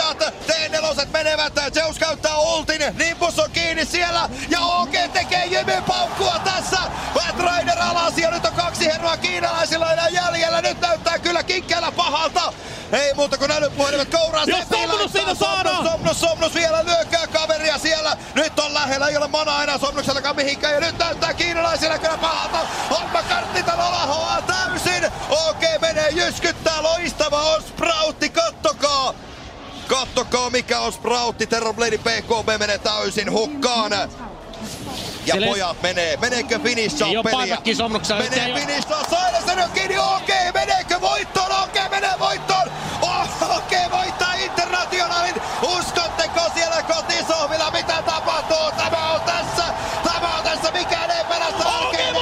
pojat. T4 menevät, Zeus käyttää ultin, Nimbus on kiinni siellä ja OK tekee Jymy paukkua tässä. Bad Rider alas ja nyt on 2 herroa kiinalaisilla enää jäljellä. Nyt näyttää kyllä kinkkeellä pahalta. Ei muuta kuin älypuhelimet kouraan. Somnus vielä lyökkää kaveria siellä. Nyt on lähellä, ei ole mana enää Somnuksellakaan mihinkään. Ja nyt näyttää kiinalaisilla kyllä pahalta. Homma karttitan olahoaa täysin. OK menee jyskyttää, loistava on Sproutti, kattokaa. Kattokaa mikä on Sproutti, Terrorbladin BKB menee täysin hukkaan. Ja pojat meneekö finishaan peliä? Menee finishaan, Sailesen on kiinni, OK, meneekö voittoon? OK, menee voittoon! OK, voittaa Internationalin! Uskotteko siellä kotisohvilla, mitä tapahtuu? Tämä on tässä, mikään ei pelasta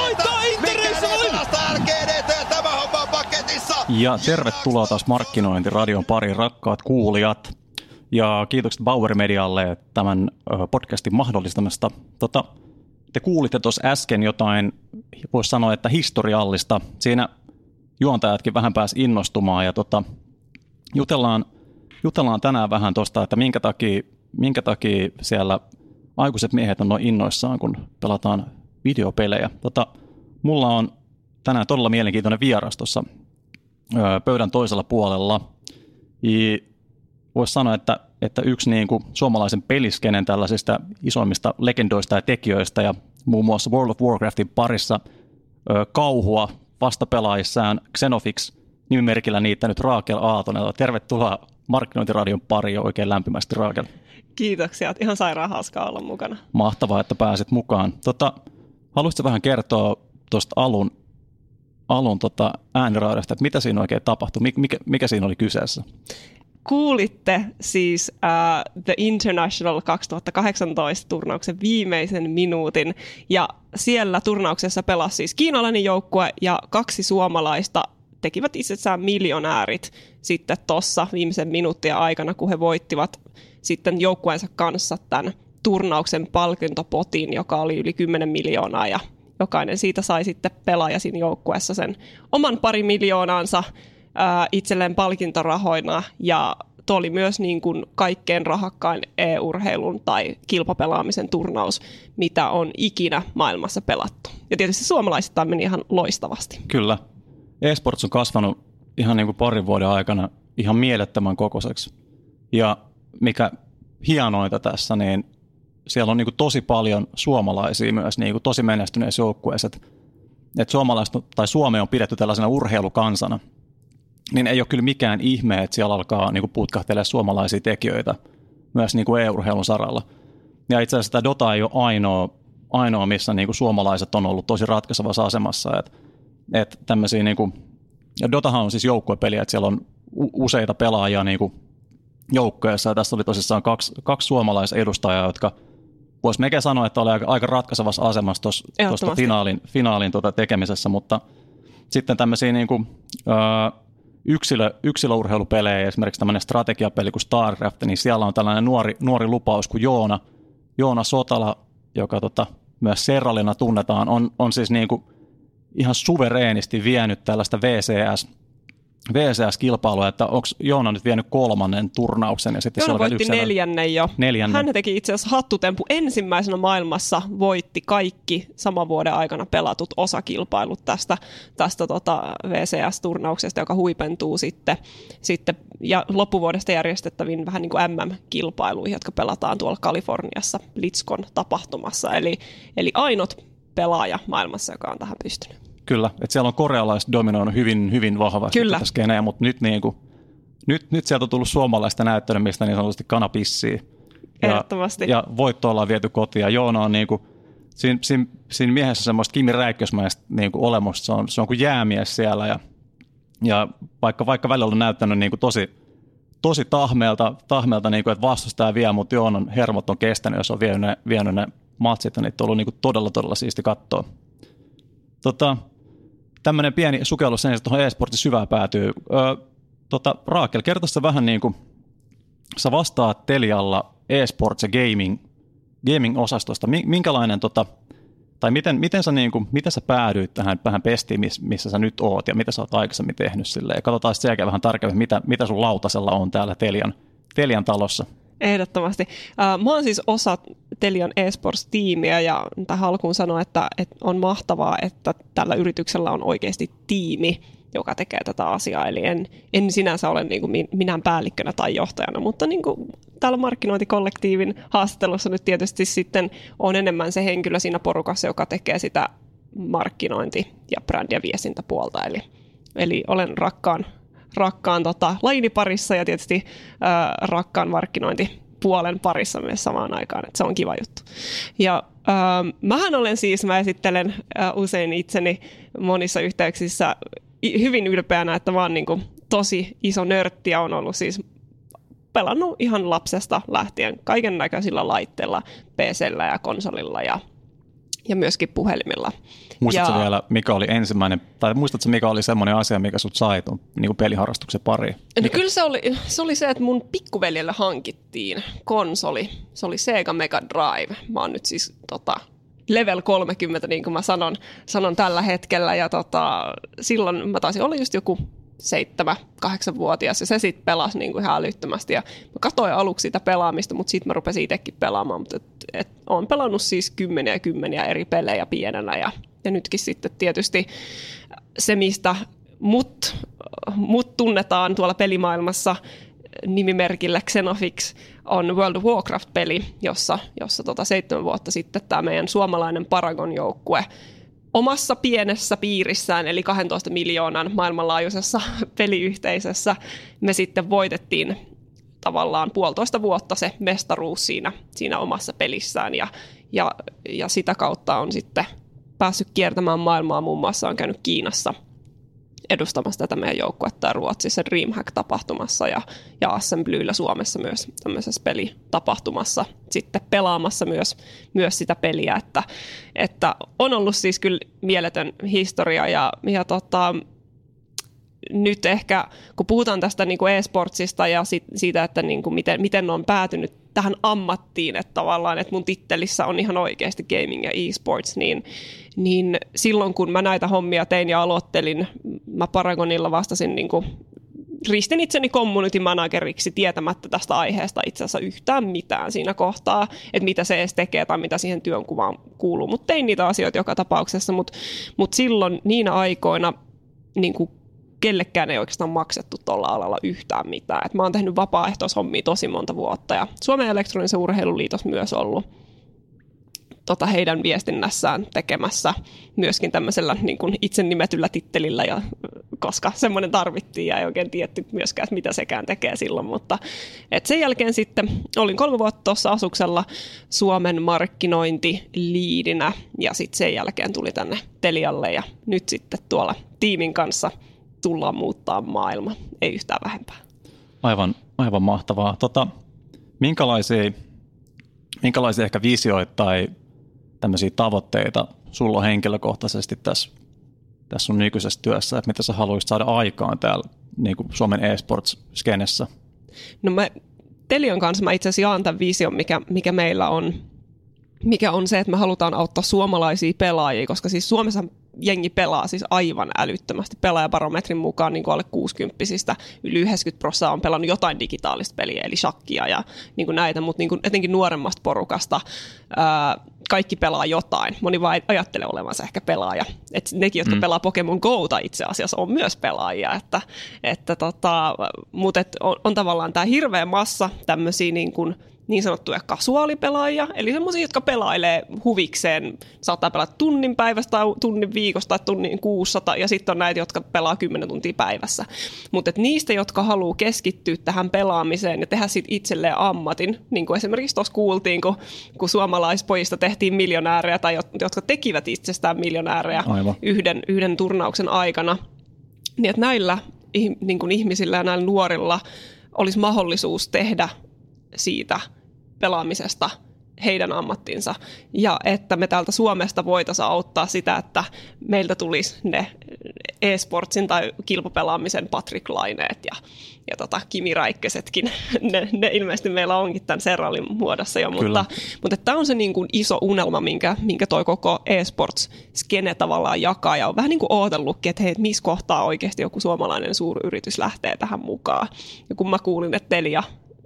LGDtä, tämä homma on paketissa! Ja tervetuloa taas Markkinointiradion pariin, rakkaat kuulijat. Ja kiitokset Bauer Medialle tämän podcastin mahdollistamista. Te kuulitte tuossa äsken jotain, voisi sanoa, että historiallista. Siinä juontajatkin vähän pääsi innostumaan ja jutellaan tänään vähän tuosta, että minkä takia siellä aikuiset miehet on noin innoissaan, kun pelataan videopelejä. Mulla on tänään todella mielenkiintoinen vieras tuossa pöydän toisella puolella. Voisi sanoa, että yksi niin kuin suomalaisen peliskenen tällaisista isoimmista legendoista ja tekijöistä ja muun muassa World of Warcraftin parissa kauhua vastapelaajissaan Xenofix nimimerkillä niittänyt Raakel Aaltonen. Tervetuloa Markkinointiradion pariin oikein lämpimästi, Raakel. Kiitoksia, ihan sairaan hauskaa olla mukana. Mahtavaa, että pääsit mukaan. Haluaisitko vähän kertoa tuosta alun ääniraadasta, että mitä siinä oikein tapahtui, mikä siinä oli kyseessä? Kuulitte siis The International 2018 turnauksen viimeisen minuutin ja siellä turnauksessa pelasi siis kiinalainen joukkue ja 2 suomalaista tekivät itsessään miljonäärit sitten tuossa viimeisen minuuttien aikana, kun he voittivat sitten joukkueensa kanssa tämän turnauksen palkintopotin, joka oli yli 10 miljoonaa ja jokainen siitä sai sitten pelaaja siinä joukkueessa sen oman 2 miljoonaansa itselleen palkintorahoina ja tuo oli myös niin kuin kaikkein rahakkain e-urheilun tai kilpapelaamisen turnaus, mitä on ikinä maailmassa pelattu. Ja tietysti suomalaisittain meni ihan loistavasti. Kyllä. E-sports on kasvanut ihan niin kuin parin vuoden aikana ihan mielettömän kokoiseksi. Ja mikä hienointa tässä, niin siellä on niin kuin tosi paljon suomalaisia myös niin kuin tosi menestyneissä joukkueissa. Että Suomi on pidetty tällaisena urheilukansana. Niin ei ole kyllä mikään ihme, että siellä alkaa niin kuin putkahtelemaan suomalaisia tekijöitä myös niin kuin e-urheilun saralla. Ja itse asiassa tämä Dota ei ole ainoa missä niin kuin suomalaiset on ollut tosi ratkaisevassa asemassa. Että tämmöisiä, niin kuin, ja Dotahan on siis joukkuepeliä, että siellä on useita pelaajia niin kuin joukkueessa. Ja tässä oli tosissaan kaksi suomalaisedustajaa, jotka voisi melkein sanoa, että oli aika ratkaisevassa asemassa tuosta finaalin tekemisessä, mutta sitten tämmöisiä niin kuin, yksilöurheilupelejä, esimerkiksi tämmöinen strategiapeli kuin StarCraft, niin siellä on tällainen nuori lupaus kuin Joona Sotala, joka myös Serralina tunnetaan, on siis niin kuin ihan suvereenisti vienyt tällaista VCS-kilpailua, että onko Joona nyt vienyt 3. turnauksen? Ja sitten Joona voitti 4. jo. 4. Hän teki itse asiassa hattutempu ensimmäisenä maailmassa, voitti kaikki saman vuoden aikana pelatut osakilpailut tästä VCS-turnauksesta, joka huipentuu sitten ja loppuvuodesta järjestettäviin vähän niin kuin MM-kilpailuihin, jotka pelataan tuolla Kaliforniassa BlizzCon tapahtumassa. Eli ainut pelaaja maailmassa, joka on tähän pystynyt. Kyllä, että siellä on korealaiset dominoinut hyvin, hyvin vahvasti tätä skeneä, mutta nyt sieltä on tullut suomalaista näyttelemistä niin sanotusti kanapissiä. Ehdottomasti. Ja voitto ollaan viety kotiin. Ja Joona on siinä miehessä semmoista Kimi Räikkösmäistä olemusta. Se on kuin jäämies siellä. Ja vaikka välillä on näyttänyt tosi tahmeelta että vastustaja vie, mutta Joonan hermot on kestänyt, jos on vienyt ne matsit. Ja niitä on ollut todella siisti katsoa. Tämmöinen pieni sukellus sen, että tuohon e-sportin syvään päätyy. Raakel, kertoisi vähän niin kuin sä vastaat Telialla e-sports ja gaming-osastosta. Minkälainen, tai miten sä päädyit tähän pestiin, missä sä nyt oot ja mitä sä oot aikaisemmin tehnyt silleen. Katsotaan sitten sen jälkeen vähän tarkemmin, mitä sun lautasella on täällä Telian talossa. Ehdottomasti. Mä oon siis osa Telian eSports-tiimiä ja tähän alkuun sanoa, että on mahtavaa, että tällä yrityksellä on oikeasti tiimi, joka tekee tätä asiaa. Eli en sinänsä ole niin kuin minään päällikkönä tai johtajana, mutta niin kuin täällä markkinointikollektiivin haastattelussa nyt tietysti sitten on enemmän se henkilö siinä porukassa, joka tekee sitä markkinointi- ja brändi- ja viestintäpuolta. Eli olen rakkaan lajini parissa ja tietysti rakkaan markkinointipuolen parissa myös samaan aikaan, että se on kiva juttu. Ja mä esittelen usein itseni monissa yhteyksissä hyvin ylpeänä, että mä oon niin kuin tosi iso nörtti ja on ollut siis pelannut ihan lapsesta lähtien kaiken näköisillä laitteilla, PC:llä ja konsolilla ja myöskin puhelimilla. Muistatko vielä, mikä oli ensimmäinen, tai muistatko mikä oli semmoinen asia, mikä sut sai niin kuin peliharrastuksen pariin? No kyllä se oli se, että mun pikkuveljelle hankittiin konsoli. Se oli Sega Mega Drive. Mä oon nyt siis level 30, niin kuin mä sanon tällä hetkellä. Ja silloin mä taisin olla just joku 7-8-vuotias ja se sitten pelasi niin kuin ihan älyttömästi. Ja mä katsoin aluksi sitä pelaamista, mutta sitten mä rupesin itsekin pelaamaan. Mutta olen pelannut siis kymmeniä eri pelejä pienenä ja nytkin sitten tietysti se, mistä mut tunnetaan tuolla pelimaailmassa nimimerkillä Xenofix, on World of Warcraft-peli, jossa 7 vuotta sitten tämä meidän suomalainen Paragon-joukkue omassa pienessä piirissään, eli 12 miljoonan maailmanlaajuisessa peliyhteisössä, me sitten voitettiin tavallaan 1,5 vuotta se mestaruus siinä omassa pelissään, ja sitä kautta on sitten päässyt kiertämään maailmaa, muun muassa on käynyt Kiinassa edustamassa tätä meidän joukkuetta, Ruotsissa Dreamhack-tapahtumassa ja Assemblyllä Suomessa myös tämmöisessä pelitapahtumassa sitten pelaamassa myös sitä peliä, että on ollut siis kyllä mieletön historia ja nyt ehkä, kun puhutaan tästä niin kuin e-sportsista ja siitä, että niin kuin miten ne on päätynyt tähän ammattiin, että tavallaan, että mun tittelissä on ihan oikeasti gaming ja e-sports, niin silloin kun mä näitä hommia tein ja aloittelin, mä Paragonilla vastasin, niin kuin, ristin itseni community manageriksi tietämättä tästä aiheesta itse asiassa yhtään mitään siinä kohtaa, että mitä se edes tekee tai mitä siihen työnkuvaan kuuluu, mutta tein niitä asioita joka tapauksessa, mutta silloin niinä aikoina niin kuin kellekään ei oikeastaan maksettu tuolla alalla yhtään mitään. Et mä oon tehnyt vapaaehtoishommia tosi monta vuotta ja Suomen elektronisen urheiluliitos myös ollut heidän viestinnässään tekemässä myöskin tämmöisellä niin kuin itse nimetyllä tittelillä, ja koska semmoinen tarvittiin ja ei oikein tiedetty myöskään, että mitä sekään tekee silloin. Mutta sen jälkeen sitten olin 3 vuotta tuossa Asuksella Suomen markkinointiliidinä ja sitten sen jälkeen tuli tänne Telialle ja nyt sitten tuolla tiimin kanssa tullaan muuttaa maailma, ei yhtään vähempää. Aivan mahtavaa. Minkälaisia ehkä visioita tai tämmöisiä tavoitteita sulla on henkilökohtaisesti tässä sun nykyisessä työssä, että mitä sä haluaisit saada aikaan täällä niin kuin Suomen e-sports-skenessä? No Telian kanssa mä itse asiassa jaan tämän vision, mikä meillä on, mikä on se, että me halutaan auttaa suomalaisia pelaajia, koska siis Suomessa jengi pelaa siis aivan älyttömästi. Pelaajabarometrin mukaan niin kuin alle 60-sistä yli 90% on pelannut jotain digitaalista peliä, eli shakkia ja niin kuin näitä, mutta niin kuin etenkin nuoremmasta porukasta kaikki pelaa jotain. Moni vaan ajattelee olevansa ehkä pelaaja. Et nekin, jotka pelaa Pokemon Gota itse asiassa, on myös pelaajia. Mutta on tavallaan tämä hirveä massa tämmöisiä niin sanottuja kasuaalipelaajia, eli semmoisia, jotka pelailee huvikseen, saattaa pelata tunnin päivästä tai tunnin viikosta tai tunnin kuussa, ja sitten on näitä, jotka pelaa 10 tuntia päivässä. Mutta niistä, jotka haluaa keskittyä tähän pelaamiseen ja tehdä siitä itselleen ammatin, niin kuin esimerkiksi tuossa kuultiin, kun suomalaispojista tehtiin miljonäärejä tai jotka tekivät itsestään miljonäärejä yhden turnauksen aikana, niin että näillä niin kuin ihmisillä ja näillä nuorilla olisi mahdollisuus tehdä siitä pelaamisesta heidän ammattinsa ja että me täältä Suomesta voitaisiin auttaa sitä, että meiltä tulisi ne e-sportsin tai kilpapelaamisen Patrick Laineet ja Kimi Räikkösetkin. Ne ilmeisesti meillä onkin tämän Serralin muodossa jo, mutta tämä on se niin kuin iso unelma, minkä toi koko e-sports-skene tavallaan jakaa ja on vähän niin kuin ootellutkin, että hei, missä kohtaa oikeasti joku suomalainen suuryritys lähtee tähän mukaan. Ja kun mä kuulin, että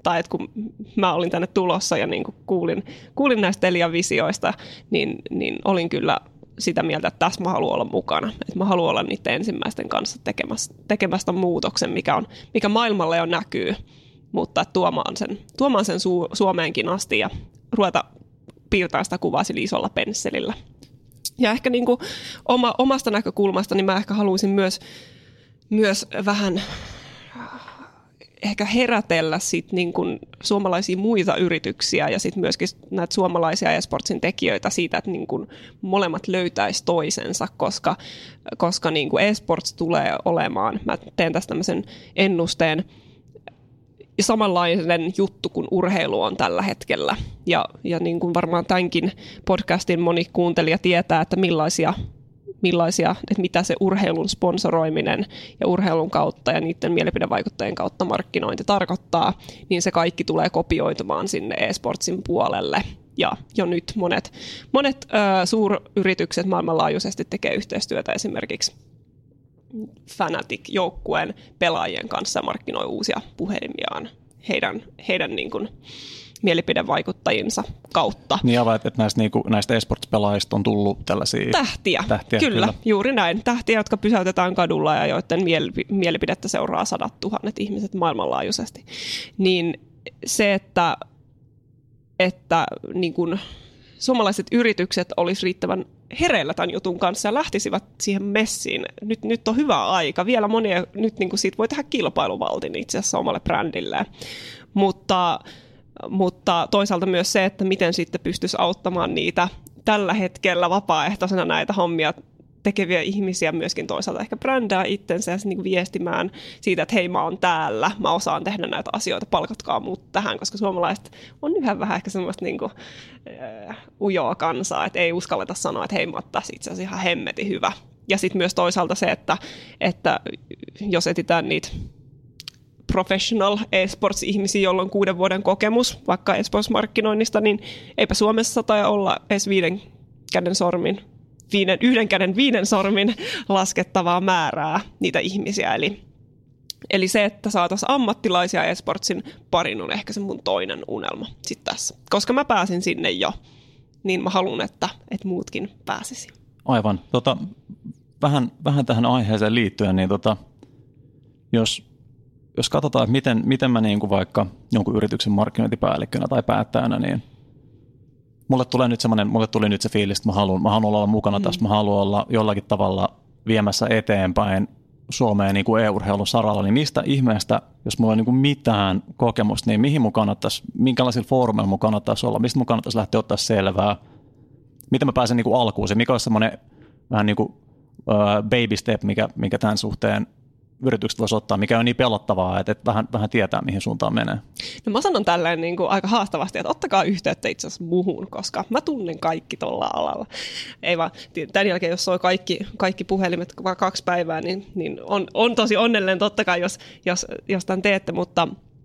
tai että kun mä olin tänne tulossa ja niin kuin kuulin näistä Telian visioista, niin olin kyllä sitä mieltä, että tässä mä haluan olla mukana. Että mä haluan olla niiden ensimmäisten kanssa tekemästä muutoksen, mikä maailmalle jo näkyy, mutta tuomaan sen Suomeenkin asti ja ruveta piirtämään sitä kuvaa sillä isolla pensselillä. Ja ehkä niin kuin omasta näkökulmasta, niin mä ehkä haluaisin myös vähän ehkä herätellä sit niin kuin suomalaisia muita yrityksiä ja sitten myöskin näitä suomalaisia esportsin tekijöitä siitä, että niin kuin molemmat löytäisi toisensa, koska niin kuin esports tulee olemaan, mä teen tästä tämmöisen ennusteen, samanlainen juttu kuin urheilu on tällä hetkellä. Ja niin kuin varmaan tämänkin podcastin moni kuuntelija tietää, että että mitä se urheilun sponsoroiminen ja urheilun kautta ja niiden mielipidevaikuttajien kautta markkinointi tarkoittaa, niin se kaikki tulee kopioitumaan sinne e-sportsin puolelle. Ja jo nyt monet suuryritykset maailmanlaajuisesti tekee yhteistyötä esimerkiksi Fnatic-joukkueen pelaajien kanssa ja markkinoi uusia puhelimiaan heidän niin kuin mielipidevaikuttajinsa kautta. Niin että näistä esports-pelaajista on tullut tällaisia tähtiä. Kyllä, juuri näin. Tähtiä, jotka pysäytetään kadulla ja joiden mielipidettä seuraa 100 000 ihmiset maailmanlaajuisesti. Niin se, että niin kuin suomalaiset yritykset olisi riittävän hereillä tämän jutun kanssa ja lähtisivät siihen messiin. Nyt on hyvä aika. Vielä monia, nyt niin kuin siitä voi tehdä kilpailuvaltin itse asiassa omalle brändilleen. Mutta toisaalta myös se, että miten sitten pystyisi auttamaan niitä tällä hetkellä vapaaehtoisena näitä hommia tekeviä ihmisiä myöskin toisaalta ehkä brändää itsensä ja niin kuin viestimään siitä, että hei, mä oon täällä, mä osaan tehdä näitä asioita, palkatkaa mut tähän, koska suomalaiset on yhä vähän ehkä semmoista niin kuin, ujoa kansaa, että ei uskalleta sanoa, että hei, mä oon tässä itse asiassa ihan hemmetin hyvä. Ja sitten myös toisaalta se, että jos etsitään niitä professional e-sports-ihmisiä, joilla on 6 vuoden kokemus vaikka e-sports-markkinoinnista, niin eipä Suomessa tai olla edes yhden käden 5 sormin laskettavaa määrää niitä ihmisiä. Eli se, että saataisiin ammattilaisia e-sportsin parin on ehkä se mun toinen unelma sitten tässä. Koska mä pääsin sinne jo, niin mä haluan, että muutkin pääsisi. Aivan. Vähän tähän aiheeseen liittyen, niin jos katsotaan, että miten mä niin kuin vaikka jonkun yrityksen markkinointipäällikkönä tai päättäjänä, niin mulle tuli nyt se fiilis, että mä haluan olla mukana tässä, mä haluan olla jollakin tavalla viemässä eteenpäin Suomeen niin kuin e-urheilun saralla, niin mistä ihmeestä, jos mulla on niin kuin mitään kokemusta, niin mihin mun kannattaisi, minkälaisilla foorumeilla mun kannattaisi olla, mistä mun kannattaisi lähteä ottaa selvää, miten mä pääsen niin kuin alkuun, se mikä olisi semmoinen vähän niin kuin baby step, mikä tämän suhteen yritykset voisi ottaa, mikä on niin pelottavaa, että vähän tietää, mihin suuntaan menee. No mä sanon tälleen niin kuin aika haastavasti, että ottakaa yhteyttä itse asiassa muhun, koska mä tunnen kaikki tuolla alalla. Ei vaan, tämän jälkeen, jos soi kaikki puhelimet vaan 2 päivää, niin on tosi onnellinen totta kai, jos tämän teette, mutta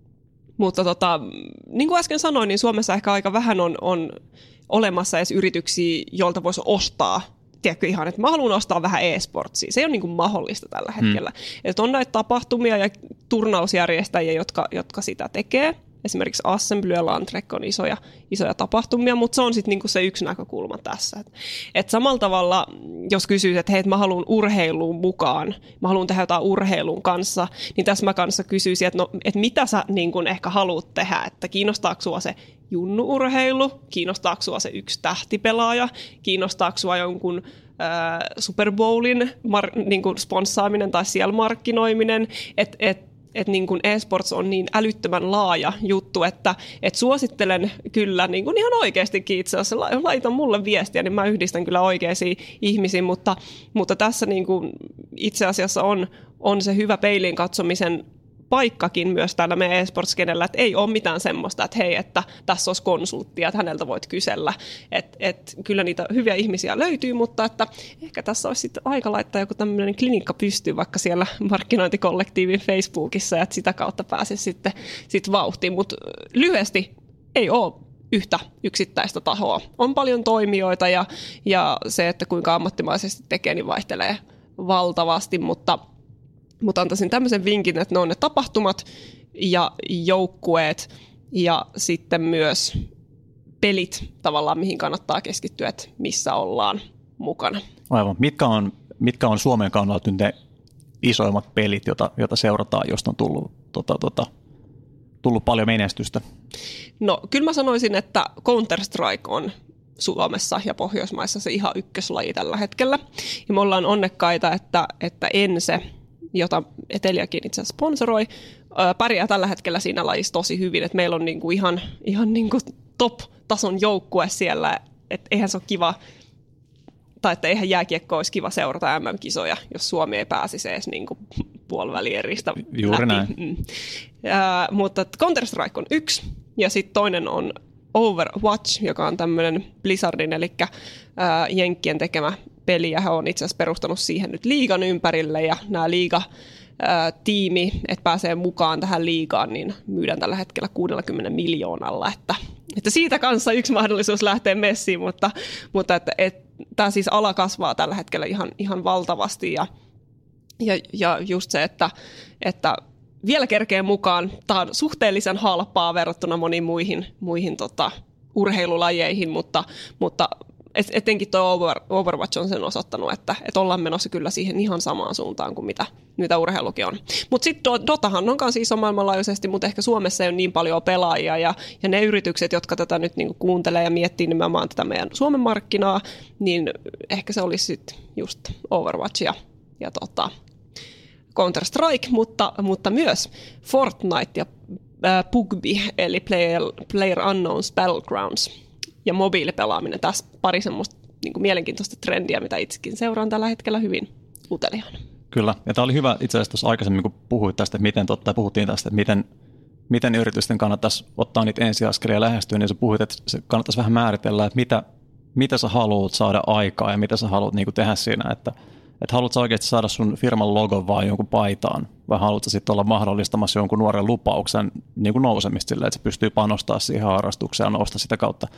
niin kuin äsken sanoin, niin Suomessa ehkä aika vähän on olemassa edes yrityksiä, joilta voisi ostaa. Tiedätkö ihan, että mä haluan ostaa vähän e-sportsia. Se ei ole niin kuin mahdollista tällä hetkellä. Että on näitä tapahtumia ja turnausjärjestäjiä, jotka sitä tekee. Esimerkiksi Assembly ja Landrek on isoja tapahtumia, mutta se on sitten niinku se yksi näkökulma tässä. Et samalla tavalla, jos kysyy, että hei, mä haluan urheiluun mukaan, mä haluan tehdä jotain urheilun kanssa, niin tässä mä kanssa kysyisin, että mitä sä niin kun ehkä haluat tehdä, että kiinnostaako sua se junnu-urheilu, kiinnostaako sua se yksi tähtipelaaja, kiinnostaako sua jonkun Super Bowlin niin kun sponssaaminen tai siellä markkinoiminen, että niin kuin e-sports on niin älyttömän laaja juttu, että suosittelen kyllä niin kuin ihan oikeastikin itse asiassa, laita mulle viestiä, niin mä yhdistän kyllä oikeisiin ihmisiin, mutta tässä niin kuin itse asiassa on se hyvä peiliin katsomisen paikkakin myös täällä meidän e-sports-kenellä, että ei ole mitään semmoista, että hei, että tässä olisi konsulttia, että häneltä voit kysellä. Että kyllä niitä hyviä ihmisiä löytyy, mutta että ehkä tässä olisi sitten aika laittaa joku tämmöinen klinikka pystyy vaikka siellä markkinointikollektiivin Facebookissa, että sitä kautta pääsisi sitten vauhtiin. Mutta lyhyesti ei ole yhtä yksittäistä tahoa. On paljon toimijoita ja se, että kuinka ammattimaisesti tekee, niin vaihtelee valtavasti, mutta antaisin tämmöisen vinkin, että ne on ne tapahtumat, ja joukkueet ja sitten myös pelit tavallaan, mihin kannattaa keskittyä, että missä ollaan mukana. Aivan. Mitkä on Suomen kannalta nyt ne isoimmat pelit, joita seurataan, josta on tullut paljon menestystä? No kyllä mä sanoisin, että Counter-Strike on Suomessa ja Pohjoismaissa se ihan ykköslaji tällä hetkellä. Ja me ollaan onnekkaita, että Ense, jota Eteliakin itse asiassa sponsoroi, pärjää tällä hetkellä siinä lajissa tosi hyvin. Että meillä on niinku ihan niinku top-tason joukkue siellä, että eihän se ole kiva, tai että eihän jääkiekko olisi kiva seurata MM-kisoja, jos Suomi ei pääsisi edes niinku puolivälieristä Juuri läpi. näin. Mutta Counter-Strike on yksi, ja sitten toinen on Overwatch, joka on tämmöinen Blizzardin, eli Jenkkien tekemä peli, ja he on itse asiassa perustanut siihen nyt liigan ympärille, ja nämä liiga-tiimi, että pääsee mukaan tähän liigaan, niin myydään tällä hetkellä 60 miljoonalla, että siitä kanssa yksi mahdollisuus lähteä messiin, mutta tämä siis ala kasvaa tällä hetkellä ihan valtavasti, ja just se, että vielä kerkee mukaan. Tämä on suhteellisen halpaa verrattuna moniin muihin urheilulajeihin, mutta etenkin tuo Overwatch on sen osoittanut, että ollaan menossa kyllä siihen ihan samaan suuntaan kuin mitä urheilukin on. Mutta sitten Dotahan on myös iso maailmanlaajuisesti, mutta ehkä Suomessa ei ole niin paljon pelaajia, ja ne yritykset, jotka tätä nyt niinku kuuntelee ja miettii nimenomaan tätä meidän Suomen markkinaa, niin ehkä se olisi sitten just Overwatch ja Counter-Strike, mutta myös Fortnite ja PUBG, eli PlayerUnknown's Battlegrounds, ja mobiilipelaaminen. Tässä pari semmoista niin kuin mielenkiintoista trendiä, mitä itsekin seuraan tällä hetkellä hyvin uteliaana. Kyllä, ja tämä oli hyvä itse asiassa tuossa aikaisemmin, kun puhuit tästä, puhuttiin tästä, että miten yritysten kannattaisi ottaa niitä ensiaskelia lähestyä, niin sä puhuit, että se kannattaisi vähän määritellä, että mitä sä haluat saada aikaa ja mitä sä haluat niin kuin tehdä siinä, että haluatko sä oikeasti saada sun firman logon vaan jonkun paitaan, vai haluatko sitten olla mahdollistamassa jonkun nuoren lupauksen niin kuin nousemista silleen, että se pystyy panostamaan siihen harrastukseen ja nousta sitä kautta.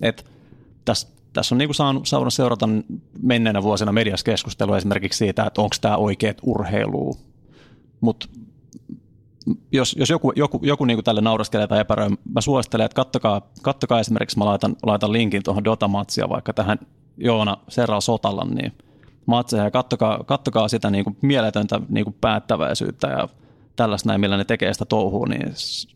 Tässä on niin kuin saanut seurata menneenä vuosina mediassa keskustelua esimerkiksi siitä, että onko tämä oikeat urheilua, mutta jos joku niin kuin tälle nauraskelee tai epäröi, mä suosittelen, että kattokaa esimerkiksi, mä laitan linkin tuohon Dota-matsia vaikka tähän Joona Serral Sotalan, niin matseja ja kattokaa sitä niin kuin mieletöntä niin kuin päättäväisyyttä ja tällaista näin, millä ne tekee sitä touhua, niin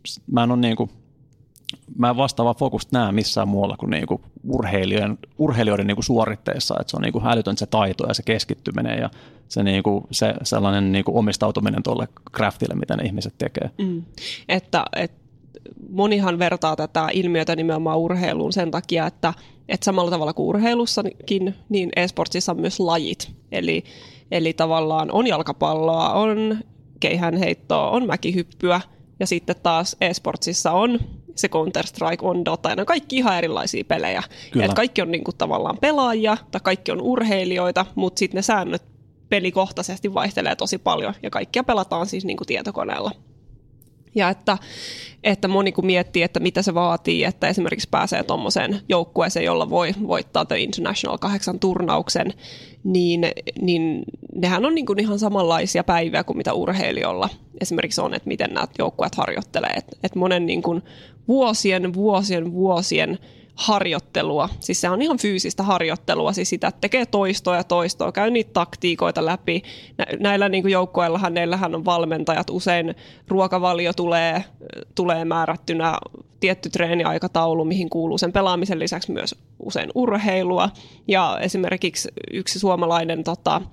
mä en vastaavaa fokusta näe missään muualla kuin niinku urheilijoiden niinku suoritteissa, että se on niinku älytön se taito ja se keskittyminen ja se sellainen niinku omistautuminen tuolle craftille, mitä ne ihmiset tekee. Että monihan vertaa tätä ilmiötä nimenomaan urheiluun sen takia, että samalla tavalla kuin urheilussakin, niin e-sportsissa on myös lajit. Eli tavallaan on jalkapalloa, on keihäänheittoa, on mäkihyppyä ja sitten taas e-sportsissa on se Counter-Strike, on Dota, ja ne on kaikki ihan erilaisia pelejä. Et kaikki on niinku tavallaan pelaajia, tai kaikki on urheilijoita, mutta sitten ne säännöt pelikohtaisesti vaihtelee tosi paljon, ja kaikkia pelataan siis niinku tietokoneella. Ja että moni kun miettii, että mitä se vaatii, että esimerkiksi pääsee tuommoiseen joukkueeseen, jolla voi voittaa The International 8 turnauksen, niin nehän on niin kuin ihan samanlaisia päiviä kuin mitä urheilijoilla esimerkiksi on, että miten nämä joukkueet harjoittelee. Että monen niin kuin vuosien harjoittelua, siis se on ihan fyysistä harjoittelua, siis sitä tekee toistoa, käy niitä taktiikoita läpi. Näillä niin kuin joukkueillahan, neillähän on valmentajat, usein ruokavalio tulee määrättynä, tietty treeniaikataulu, mihin kuuluu sen pelaamisen lisäksi myös usein urheilua, ja esimerkiksi yksi suomalainen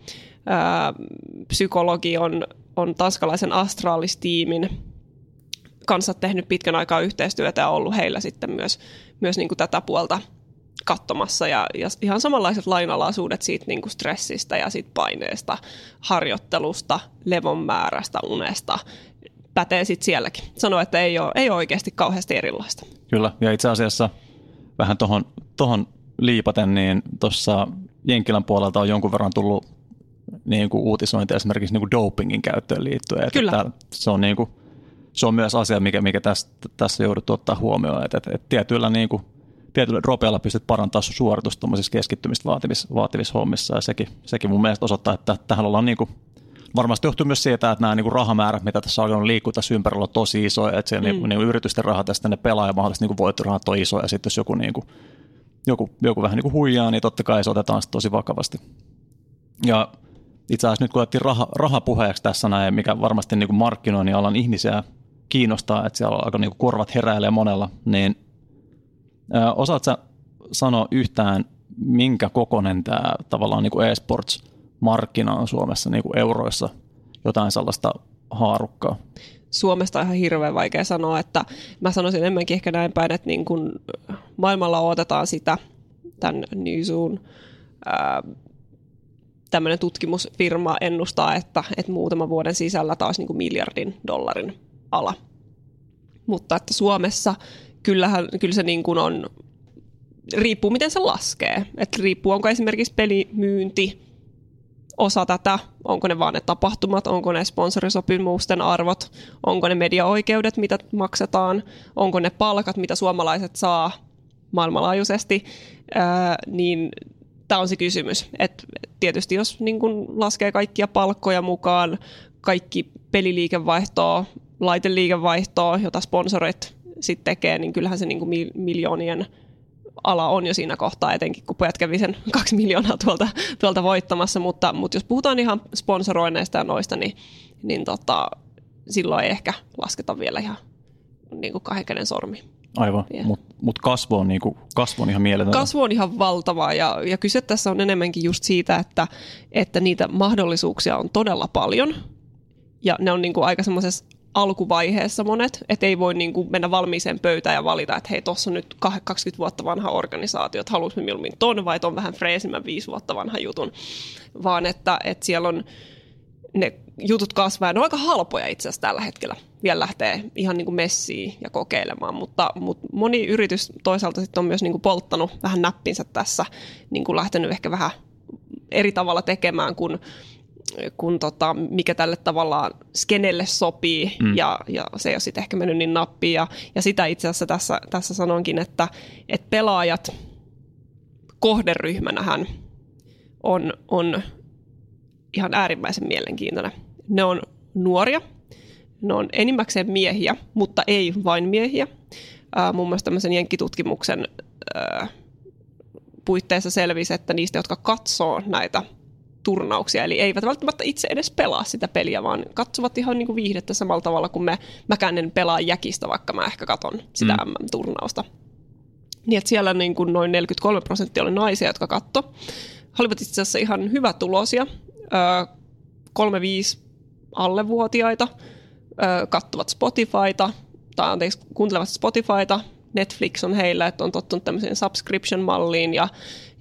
psykologi on tanskalaisen Astralis-tiimin kanssa tehnyt pitkän aikaa yhteistyötä ja ollut heillä sitten myös niin kuin tätä puolta katsomassa ja ihan samanlaiset lainalaisuudet siitä niin kuin stressistä ja siitä paineesta, harjoittelusta, levon määrästä, unesta pätee sitten sielläkin. Sanoo, että ei ole oikeasti kauheasti erilaista. Kyllä, ja itse asiassa vähän tuohon liipaten, niin tuossa Jenkkilän puolelta on jonkun verran tullut niin kuin uutisointia esimerkiksi niin kuin dopingin käyttöön liittyen. Kyllä. Se on myös asia, mikä tässä jouduttu ottaa huomioon, että tietyillä dropeilla pystyt parantamaan sun suoritusta tuollaisissa keskittymistä vaativissa hommissa, ja sekin mun mielestä osoittaa, että tähän ollaan Varmasti johtuu myös siitä, että nämä niin kuin rahamäärät, mitä tässä on alkanut liikkua tässä ympärillä, on tosi isoja. Että siellä niin yritysten rahat ja sitten ne pelaajamahdolliset niin voittorahat on isoja. Ja sitten jos joku vähän niin kuin huijaa, niin totta kai se otetaan tosi vakavasti. Ja itse asiassa nyt kun otettiin rahapuheeksi tässä näin, mikä varmasti niin kuin markkinoinnin alan ihmisiä kiinnostaa, että siellä on aika niin kuin korvat heräilee monella, niin osaatko sä sanoa yhtään, minkä kokoinen tämä tavallaan niin kuin e-sports-markkina on Suomessa niin kuin euroissa, jotain sellaista haarukkaa? Suomesta on ihan hirveän vaikea sanoa, että mä sanoisin enemmänkin ehkä näin päin, että niin kun maailmalla odotetaan sitä, tämän Newzoo tämmöinen tutkimusfirma ennustaa, että muutaman vuoden sisällä taas niin kuin $1 miljardin ala. Mutta että Suomessa kyllä se niin kuin on, riippuu miten se laskee. Että riippuu onko esimerkiksi pelimyynti osa tätä, onko ne vaan ne tapahtumat, onko ne sponsorisopimusten arvot, onko ne mediaoikeudet, mitä maksetaan, onko ne palkat, mitä suomalaiset saa maailmanlaajuisesti, niin tämä on se kysymys. Et tietysti jos niin kun laskee kaikkia palkkoja mukaan, kaikki peliliikevaihtoa, laiteliikevaihtoa, jota sponsorit sitten tekee, niin kyllähän se niin kuin miljoonien ala on jo siinä kohtaa, etenkin kun pojat kävi sen 2 miljoonaa tuolta voittamassa, mutta jos puhutaan ihan sponsoroineista ja noista, niin silloin ei ehkä lasketa vielä ihan niin kuin 2 käden sormi. Aivan, mutta kasvu on ihan mieletöntä. Kasvu on ihan valtavaa ja kyse tässä on enemmänkin just siitä, että niitä mahdollisuuksia on todella paljon ja ne on niin kuin aika semmoisessa alkuvaiheessa monet, että ei voi niin kuin mennä valmiiseen pöytään ja valita, että hei, tuossa on nyt 20 vuotta vanha organisaatio, että haluaisimme mieluummin ton vai ton vähän freesimmän 5 vuotta vanhan jutun, vaan että siellä on ne jutut kasvaa ja ne on aika halpoja itse asiassa tällä hetkellä. Vielä lähtee ihan niin kuin messiin ja kokeilemaan, mutta moni yritys toisaalta sitten on myös niin kuin polttanut vähän näppinsä tässä, niin kuin lähtenyt ehkä vähän eri tavalla tekemään kuin mikä tälle tavallaan skenelle sopii ja se ei ole sitten ehkä mennyt niin nappiin ja sitä itse asiassa tässä sanonkin, että pelaajat kohderyhmänähän on ihan äärimmäisen mielenkiintoinen. Ne on nuoria, ne on enimmäkseen miehiä, mutta ei vain miehiä. Muun muassa tämmöisen jenkkitutkimuksen puitteissa selvisi, että niistä, jotka katsoo näitä turnauksia, eli eivät välttämättä itse edes pelaa sitä peliä, vaan katsovat ihan niin kuin viihdettä samalla tavalla kuin mäkään en pelaa jäkistä, vaikka mä ehkä katson sitä MM-turnausta. Niin, että siellä niin kuin noin 43% oli naisia, jotka katto. He olivat itse asiassa ihan hyvätuloisia, 3-5 allevuotiaita, katsovat Spotifyta, kuuntelevat Spotifyta, Netflix on heillä, että on tottunut tämmöiseen subscription-malliin ja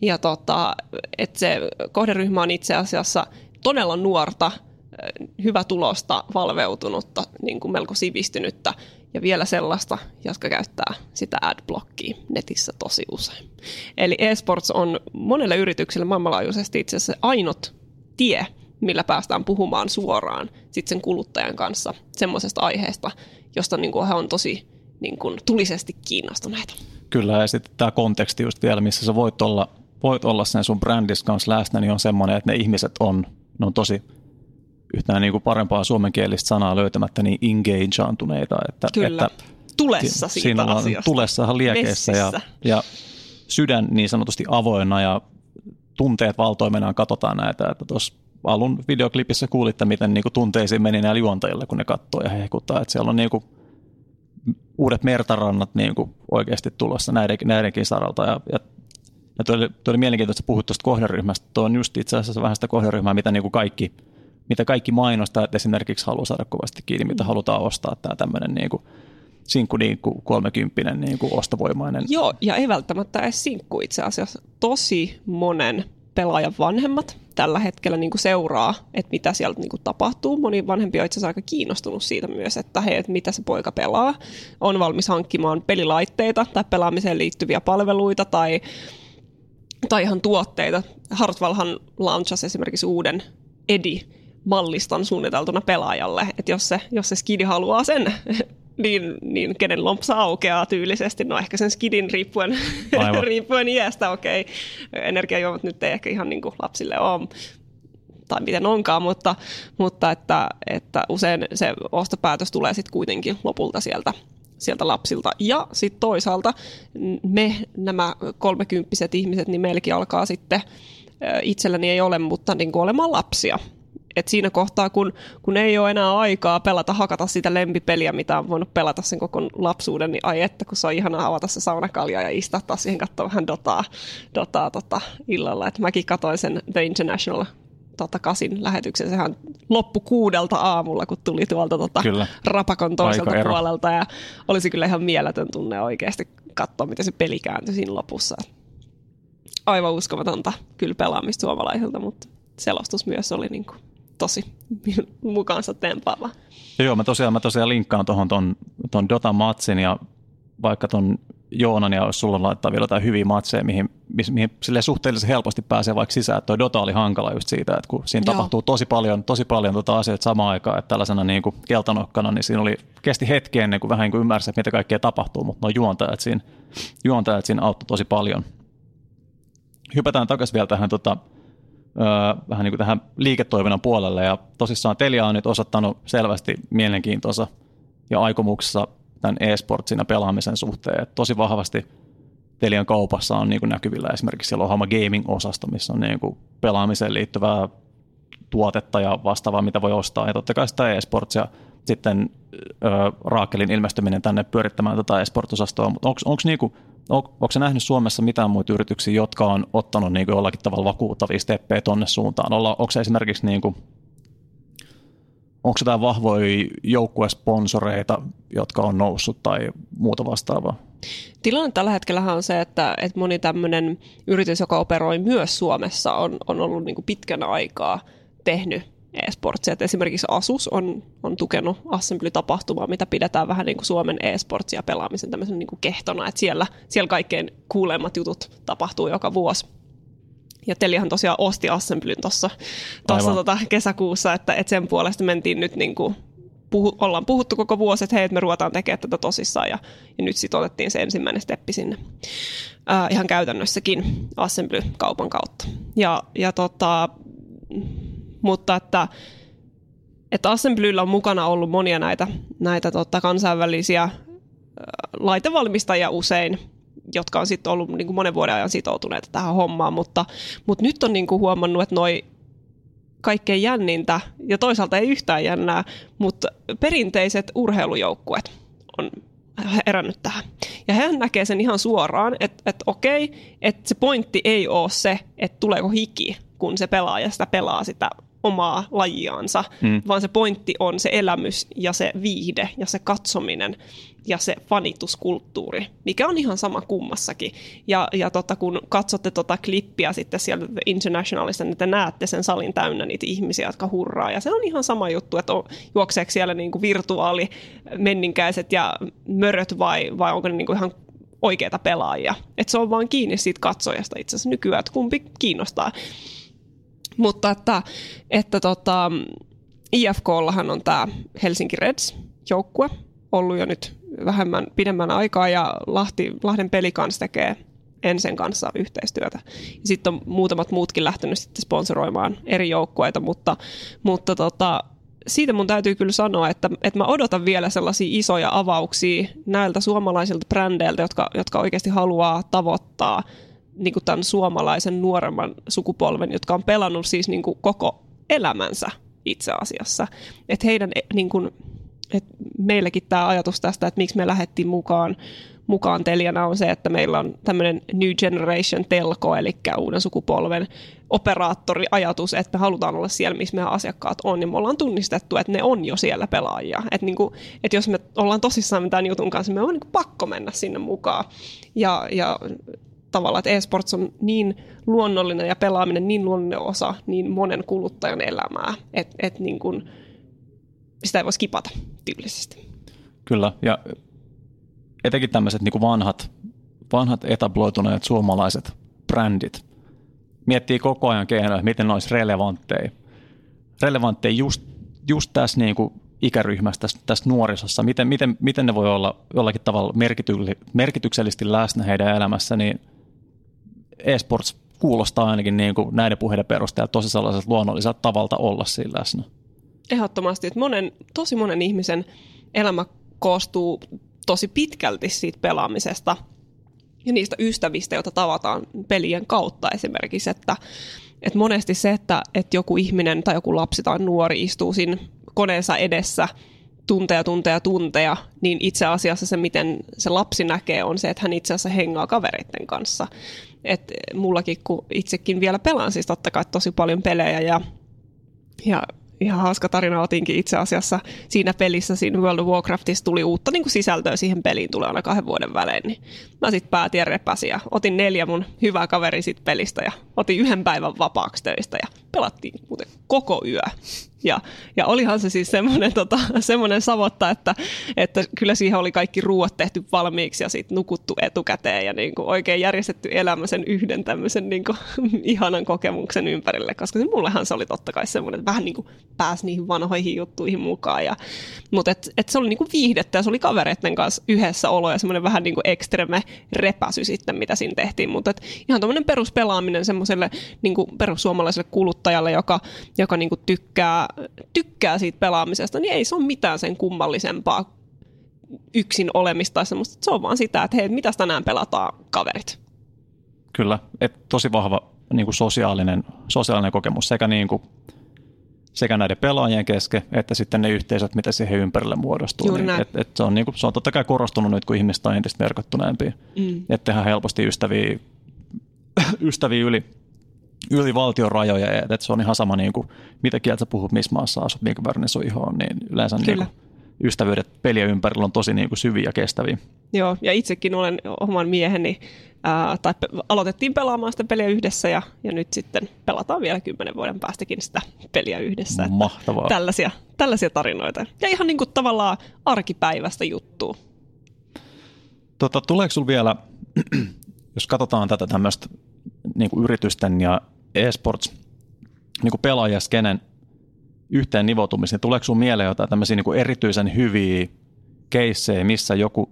että se kohderyhmä on itse asiassa todella nuorta, hyvätulosta, valveutunutta, niin kuin melko sivistynyttä ja vielä sellaista, jotka käyttää sitä adblockia netissä tosi usein. Eli eSports on monelle yritykselle maailmanlaajuisesti itse asiassa ainut tie, millä päästään puhumaan suoraan sit sen kuluttajan kanssa semmoisesta aiheesta, josta niin kuin he on tosi niin kuin tulisesti kiinnostuneita. Kyllä, ja sitten tämä konteksti just vielä, missä sä voit olla sen sun brändis kanssa läsnä, niin on semmoinen, että ne ihmiset ne on tosi yhtään niin kuin parempaa suomenkielistä sanaa löytämättä niin engageantuneita. Kyllä, että tulessa siitä asiasta. Tulessa ihan liekeissä ja sydän niin sanotusti avoinna ja tunteet valtoimenaan katsotaan näitä, että tuossa alun videoklipissä kuulitte, miten niin kuin tunteisiin meni näillä juontajilla, kun ne katsoo ja hehkuttaa, että siellä on niin kuin uudet mertarannat niin kuin oikeasti tulossa näidenkin saralta. Ja tuo oli mielenkiintoista puhua tuosta kohderyhmästä. Tuo on just itse asiassa vähän sitä kohderyhmää, mitä kaikki mainostaa, että esimerkiksi haluaa saada kovasti kiinni, mitä halutaan ostaa. Tämä tämmöinen sinkku 30 ostovoimainen. Joo, ja ei välttämättä edes sinkku itse asiassa. Tosi monen pelaajan vanhemmat tällä hetkellä niin kuin seuraa, että mitä siellä niin kuin tapahtuu. Moni vanhempi on itse asiassa aika kiinnostunut siitä myös, että hei, että mitä se poika pelaa. On valmis hankkimaan pelilaitteita tai pelaamiseen liittyviä palveluita tai ihan tuotteita. Hartwellhan launchasi esimerkiksi uuden Edi-malliston suunniteltuna pelaajalle, että jos se skidi haluaa sen, niin kenen lompsa aukeaa tyylisesti. No ehkä sen skidin riippuen iästä, okei. Energiajuomat nyt ei ehkä ihan niin kuin lapsille ole. tai miten onkaan, mutta että usein se ostopäätös tulee sitten kuitenkin lopulta sieltä lapsilta. Ja sitten toisaalta nämä 30-vuotiaat ihmiset, niin meilläkin alkaa sitten, itselläni ei ole, mutta niin kuin olemaan lapsia. Et siinä kohtaa, kun ei ole enää aikaa hakata sitä lempipeliä, mitä on voinut pelata sen koko lapsuuden, niin ai että, kun se on ihanaa avata se saunakalja ja istahtaa siihen katsoa vähän dotaa illalla. Et mäkin katsoin sen The International 8 lähetyksen, sehän loppui 6 aamulla, kun tuli tuolta rapakon toiselta puolelta, ja olisi kyllä ihan mieletön tunne oikeasti katsoa, miten se peli kääntyi siinä lopussa. Aivan uskomatonta kyllä pelaamista suomalaisilta, mutta selostus myös oli niin kuin tosi mukaansa tempaava. Joo, mä tosiaan linkkaan tuohon ton Dota-matsin, ja vaikka ton Joonan ja jos sulla laittaa vielä jotain hyviä matseja, mihin suhteellisen helposti pääsee vaikka sisään. Tuo Dota oli hankala just siitä, että kun siinä tapahtuu tosi paljon asioita samaan aikaan, että tällaisena niin kuin keltanokkana, niin siinä kesti hetki ennen kuin vähän niin kuin ymmärsi, että mitä kaikkea tapahtuu, mutta nuo juontajat siinä auttoi tosi paljon. Hypätään takaisin vielä tähän vähän niin kuin tähän liiketoiminnan puolelle, ja tosissaan Telia on nyt osoittanut selvästi mielenkiintonsa ja aikomuksessa tämän e-sportsin ja pelaamisen suhteen. Että tosi vahvasti Telian kaupassa on niin kuin näkyvillä esimerkiksi siellä on Hama Gaming-osasto, missä on niin kuin pelaamiseen liittyvää tuotetta ja vastaavaa, mitä voi ostaa. Ja totta kai sitä e-sports ja sitten Raakelin ilmestyminen tänne pyörittämään tätä e-sport-osastoa. Mutta onko se nähnyt Suomessa mitään muita yrityksiä, jotka on ottanut niin kuin jollakin tavalla vakuuttavia steppejä tonne suuntaan? Onko se esimerkiksi niin kuin, onko jotain vahvoja joukkuesponsoreita, jotka on noussut tai muuta vastaavaa? Tilanne tällä hetkellä on se, että moni tämmöinen yritys, joka operoi myös Suomessa, on ollut niin kuin pitkän aikaa tehnyt e-sportsia. Et esimerkiksi Asus on tukenut Assembly-tapahtumaa, mitä pidetään vähän niin kuin Suomen e-sportsia pelaamisen tämmöisen niin kuin kehtona, että siellä kaikkein kuuleimmat jutut tapahtuu joka vuosi. Ja Teliahan tosiaan osti Assemblyn tuossa kesäkuussa, että sen puolesta mentiin nyt niin kuin ollaan puhuttu koko vuosi, että hei, että me ruvetaan tekemään tätä tosissaan, ja nyt sitten otettiin se ensimmäinen steppi sinne ihan käytännössäkin Assembly-kaupan kautta. Mutta että Assemblyllä on mukana ollut monia näitä kansainvälisiä laitevalmistajia usein, jotka on sitten ollut niin kuin monen vuoden ajan sitoutuneita tähän hommaan, mutta nyt on niin kuin huomannut, että noi kaikkein jännintä, ja toisaalta ei yhtään jännää, mutta perinteiset urheilujoukkueet on herännyt tähän. Ja hän näkee sen ihan suoraan, että okei, että se pointti ei ole se, että tuleeko hiki, kun se pelaaja sitä pelaa sitä omaa lajiaansa, vaan se pointti on se elämys ja se viihde ja se katsominen ja se fanituskulttuuri, mikä on ihan sama kummassakin. Ja kun katsotte klippiä sitten sieltä The Internationalista, niin te näette sen salin täynnä niitä ihmisiä, jotka hurraa. Ja se on ihan sama juttu, että juokseeko siellä niinku virtuaalimenninkäiset ja möröt vai onko ne niinku ihan oikeita pelaajia. Että se on vaan kiinni siitä katsojasta itse asiassa nykyään, että kumpi kiinnostaa. Mutta että IFK:llahan on tämä Helsinki Reds-joukkue ollut jo nyt pidemmän aikaa, ja Lahden peli kanssa tekee Ensen kanssa yhteistyötä. Ja sitten on muutamat muutkin lähtenyt sitten sponsoroimaan eri joukkueita, mutta siitä mun täytyy kyllä sanoa, että mä odotan vielä sellaisia isoja avauksia näiltä suomalaisilta brändeiltä, jotka oikeasti haluaa tavoittaa niin kuin tämän suomalaisen nuoremman sukupolven, jotka on pelannut siis niin kuin koko elämänsä itse asiassa. Että heidän niin kuin, että meilläkin tämä ajatus tästä, että miksi me lähdettiin mukaan Teliana on se, että meillä on tämmöinen New Generation telko, eli uuden sukupolven operaattoriajatus, että me halutaan olla siellä, missä meidän asiakkaat on, niin me ollaan tunnistettu, että ne on jo siellä pelaajia. Että jos me ollaan tosissaan tämän jutun kanssa, me on niin kuin pakko mennä sinne mukaan. Ja tavallaan, että e-sports on niin luonnollinen ja pelaaminen niin luonnollinen osa niin monen kuluttajan elämää, että niin kuin sitä ei voi skipata tyylisesti. Kyllä, ja etenkin tämmöiset niin kuin vanhat etabloituneet suomalaiset brändit miettii koko ajan keinoja, miten ne olisi relevantteja just tässä niin kuin ikäryhmässä, tässä nuorisossa, miten ne voi olla jollakin tavalla merkityksellisesti läsnä heidän elämässä, niin e-sports kuulostaa ainakin niin kuin näiden puheiden perusteella tosi sellaiselta luonnolliselta tavalta olla siinä läsnä. Ehdottomasti, että tosi monen ihmisen elämä koostuu tosi pitkälti siitä pelaamisesta ja niistä ystävistä, joita tavataan pelien kautta esimerkiksi, että monesti se, että joku ihminen tai joku lapsi tai nuori istuu siinä koneensa edessä tunteja, niin itse asiassa se, miten se lapsi näkee, on se, että hän itse asiassa hengaa kavereiden kanssa. Et mullakin, kun itsekin vielä pelaan siis totta kai tosi paljon pelejä ja ihan hauska tarina otinkin itse asiassa siinä pelissä, siinä World of Warcraftissa tuli uutta niin kuin sisältöä siihen peliin, tulee aina 2 vuoden välein, niin mä sitten päätin ja repäsin ja otin 4 mun hyvää kaveria siitä pelistä ja otin 1 päivän vapaaksi töistä ja pelattiin muuten koko yö. Ja olihan se siis semmoinen savotta, että kyllä siihen oli kaikki ruuat tehty valmiiksi ja sitten nukuttu etukäteen ja niin kuin oikein järjestetty elämä sen yhden tämmöisen niin kuin ihanan kokemuksen ympärille, koska mullehan se oli totta kai semmoinen, että vähän niin kuin pääsi niihin vanhoihin juttuihin mukaan. Mutta se oli niin kuin viihdettä ja se oli kavereiden kanssa yhdessä olo ja semmoinen vähän niin kuin ekstreme repäsy sitten, mitä siinä tehtiin. Mutta ihan tämmöinen peruspelaaminen semmoiselle niin kuin perussuomalaiselle kuluttajalle, joka niin kuin tykkää siitä pelaamisesta, niin ei se ole mitään sen kummallisempaa yksin olemista tai semmoista. Se on vaan sitä, että hei, mitäs tänään pelataan kaverit. Kyllä, että tosi vahva niin kuin sosiaalinen kokemus sekä näiden pelaajien kesken, että sitten ne yhteisöt, mitä siihen ympärille muodostuu. Niin, se on totta kai korostunut nyt, kun ihmiset on entistä verkottuneempia. Että tehdään helposti ystäviä yli valtion rajoja, että se on ihan sama, niin kuin, mitä kieltä sä puhut, missä maassa asut, minkä värinen sun iho on, niin yleensä niin kuin, ystävyydet pelien ympärillä on tosi niin kuin, syviä ja kestäviä. Joo, ja itsekin olen oman mieheni, aloitettiin pelaamaan sitä peliä yhdessä, ja nyt sitten pelataan vielä 10 vuoden päästäkin sitä peliä yhdessä. Mahtavaa. Tällaisia tarinoita. Ja ihan niin kuin tavallaan arkipäivästä juttua. Tuleeko sinulla vielä, jos katsotaan tätä tämmöistä niin kuin yritysten ja eSports niin kuin pelaajaskenen yhteen nivoutumista, niin tuleeko sinulla mieleen jotain tämmöisiä niin kuin erityisen hyviä keissejä, missä joku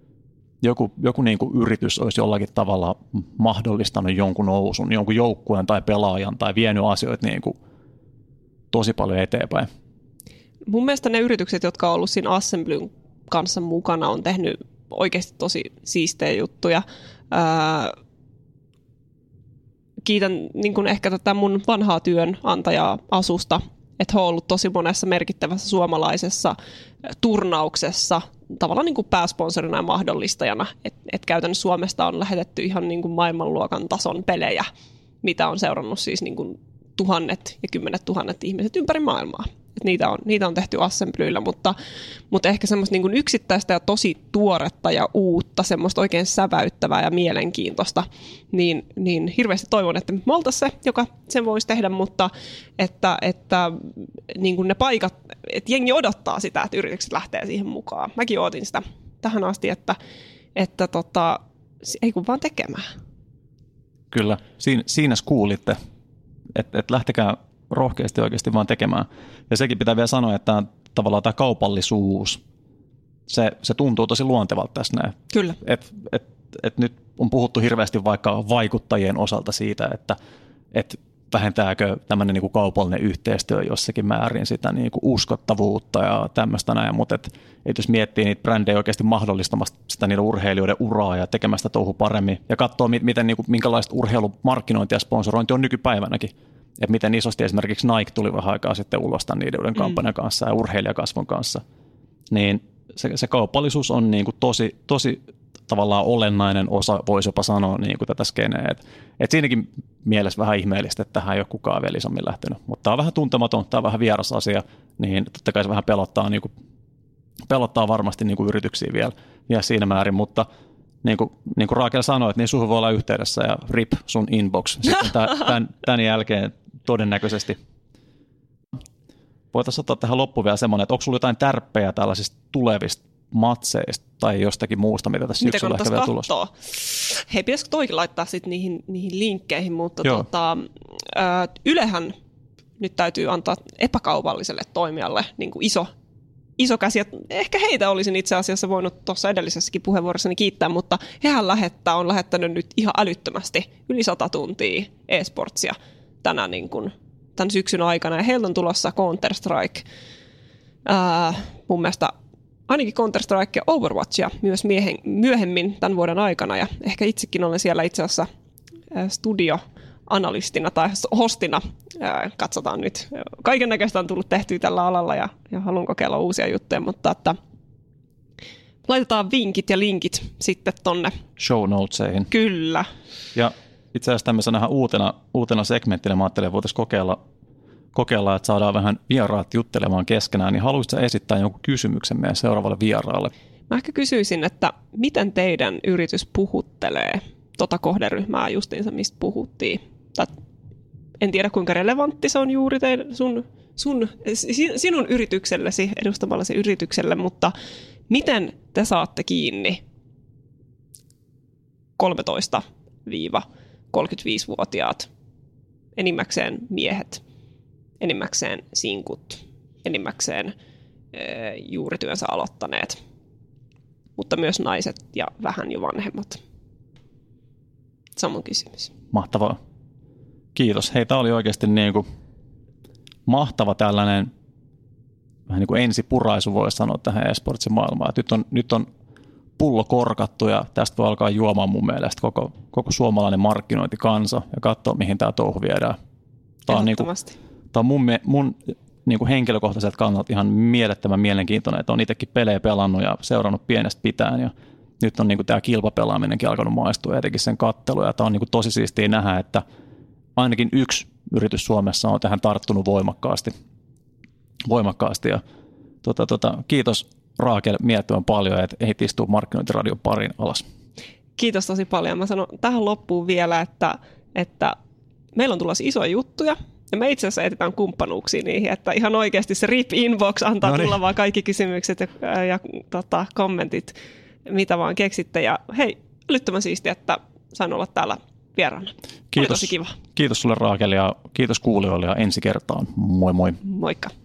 niin kuin yritys olisi jollakin tavalla mahdollistanut jonkun nousun, jonkun joukkueen tai pelaajan tai vienyt asioita niin kuin tosi paljon eteenpäin? Mun mielestä ne yritykset, jotka on ollut siinä Assemblyn kanssa mukana, on tehnyt oikeasti tosi siistejä juttuja. Kiitän niin kuin ehkä tätä mun vanhaa työnantajaa Asusta, että he on ollut tosi monessa merkittävässä suomalaisessa turnauksessa tavallaan niin kuin pääsponsorina ja mahdollistajana. Et käytännössä Suomesta on lähetetty ihan niin kuin maailmanluokan tason pelejä, mitä on seurannut siis niin kuin 1000 ja 10 000 ihmiset ympäri maailmaa. Et niitä on tehty Assemblyillä, mutta ehkä semmoista niin kuin yksittäistä ja tosi tuoretta ja uutta, semmoista oikein säväyttävää ja mielenkiintoista, niin hirveästi toivon, että me oltaisiin se, joka sen voisi tehdä, mutta että niin kuin ne paikat, että jengi odottaa sitä, että yritykset lähtee siihen mukaan. Mäkin ootin sitä tähän asti, että ei kun vaan tekemään. Kyllä, siinä kuulitte, että lähtekää rohkeasti oikeasti vaan tekemään. Ja sekin pitää vielä sanoa, että tavallaan tämä kaupallisuus, se tuntuu tosi luontevalta tässä näin. Kyllä. Et nyt on puhuttu hirveästi vaikka vaikuttajien osalta siitä, että vähentääkö tämmöinen niin kuin kaupallinen yhteistyö jossakin määrin sitä niin kuin uskottavuutta ja tämmöistä näin, mutta jos miettii niitä brändejä oikeasti mahdollistamasta sitä niiden urheilijoiden uraa ja tekemästä touhu paremmin ja katsoo, miten, niin kuin, minkälaista urheilumarkkinointia ja sponsorointi on nykypäivänäkin. Että miten isosti esimerkiksi Nike tuli vähän aikaa sitten ulos tämän niiden kampanjan kanssa ja urheilijakasvun kanssa, niin se kaupallisuus on niin kuin tosi tavallaan olennainen osa, voisi jopa sanoa niin kuin tätä skeneä. Et siinäkin mielessä vähän ihmeellistä, että tähän ei ole kukaan vielä isommin lähtenyt, mutta tämä on vähän tuntematon, tämä on vähän vieras asia, niin totta kai se vähän pelottaa varmasti niin kuin yrityksiä vielä siinä määrin, mutta niin kuin Raakel sanoi, niin suhun voi olla yhteydessä ja rip sun inbox sitten tämän jälkeen todennäköisesti. Voitaisiin ottaa tähän loppuun vielä semmoinen, että onko sulla jotain tärppejä tällaisista tulevista matseista tai jostakin muusta, mitä tässä syksyllä ehkä vielä tulossa? Hei, pitäisikö toikin laittaa sitten niihin linkkeihin, mutta Ylehän nyt täytyy antaa epäkaupalliselle toimijalle niin kuin iso käsi. Ehkä heitä olisin itse asiassa voinut tuossa edellisessäkin puheenvuorossani kiittää, mutta hehän on lähettänyt nyt ihan älyttömästi yli 100 tuntia e-sportsia tämän syksyn aikana. Ja heiltä on tulossa Counter-Strike, mun mielestä ainakin Counter-Strike ja Overwatchia myös myöhemmin tämän vuoden aikana. Ja ehkä itsekin olen siellä itse asiassa studioanalystina tai hostina. Katsotaan nyt. Kaiken näköistä on tullut tehtyä tällä alalla ja haluan kokeilla uusia juttuja, mutta että laitetaan vinkit ja linkit sitten tonne show notesihin. Kyllä. Ja itse asiassa tämmöisenä uutena segmenttinä mä ajattelin, että voitaisiin kokeilla, että saadaan vähän vieraat juttelemaan keskenään, niin haluaisitko esittää jonkun kysymyksen meidän seuraavalle vieraalle? Mä ehkä kysyisin, että miten teidän yritys puhuttelee kohderyhmää justiinsa, mistä puhuttiin? En tiedä, kuinka relevantti se on juuri sinun yrityksellesi, edustamallasi yritykselle, mutta miten te saatte kiinni 13-35-vuotiaat, enimmäkseen miehet, enimmäkseen sinkut, enimmäkseen juurityönsä aloittaneet, mutta myös naiset ja vähän jo vanhemmat? Samoin kysymys. Mahtavaa. Kiitos. Hei, tämä oli oikeasti mahtava tällainen vähän niin kuin ensipuraisu, voisi sanoa, tähän e-sportsin maailmaan. Nyt on pullo korkattu ja tästä voi alkaa juomaan mun mielestä koko suomalainen markkinointikansa ja katsoa, mihin tämä touhu viedään. Tämä on mun niin kuin henkilökohtaiselta kannalta ihan mielettömän mielenkiintoinen, että olen itsekin pelejä pelannut ja seurannut pienestä pitäen ja nyt on niin kuin tämä kilpapelaaminenkin alkanut maistua etenkin sen kattelu ja tämä on niin kuin tosi siistiä nähdä, että ainakin yksi yritys Suomessa on tähän tarttunut voimakkaasti ja kiitos Raakel miettivän paljon, että ehdit istua Markkinointiradion pariin alas. Kiitos tosi paljon. Mä sanon tähän loppuun vielä, että meillä on tulossa isoja juttuja ja me itse asiassa etsitään kumppanuuksia niihin, että ihan oikeasti se RIP Inbox antaa tulla vaan kaikki kysymykset ja kommentit, mitä vaan keksitte. Ja hei, älyttömän siistiä, että sain olla täällä vieraana. Kiitos. Oli tosi kiva. Kiitos sulle Raakel ja kiitos kuulijoille ja ensi kertaan. Moi moi. Moikka.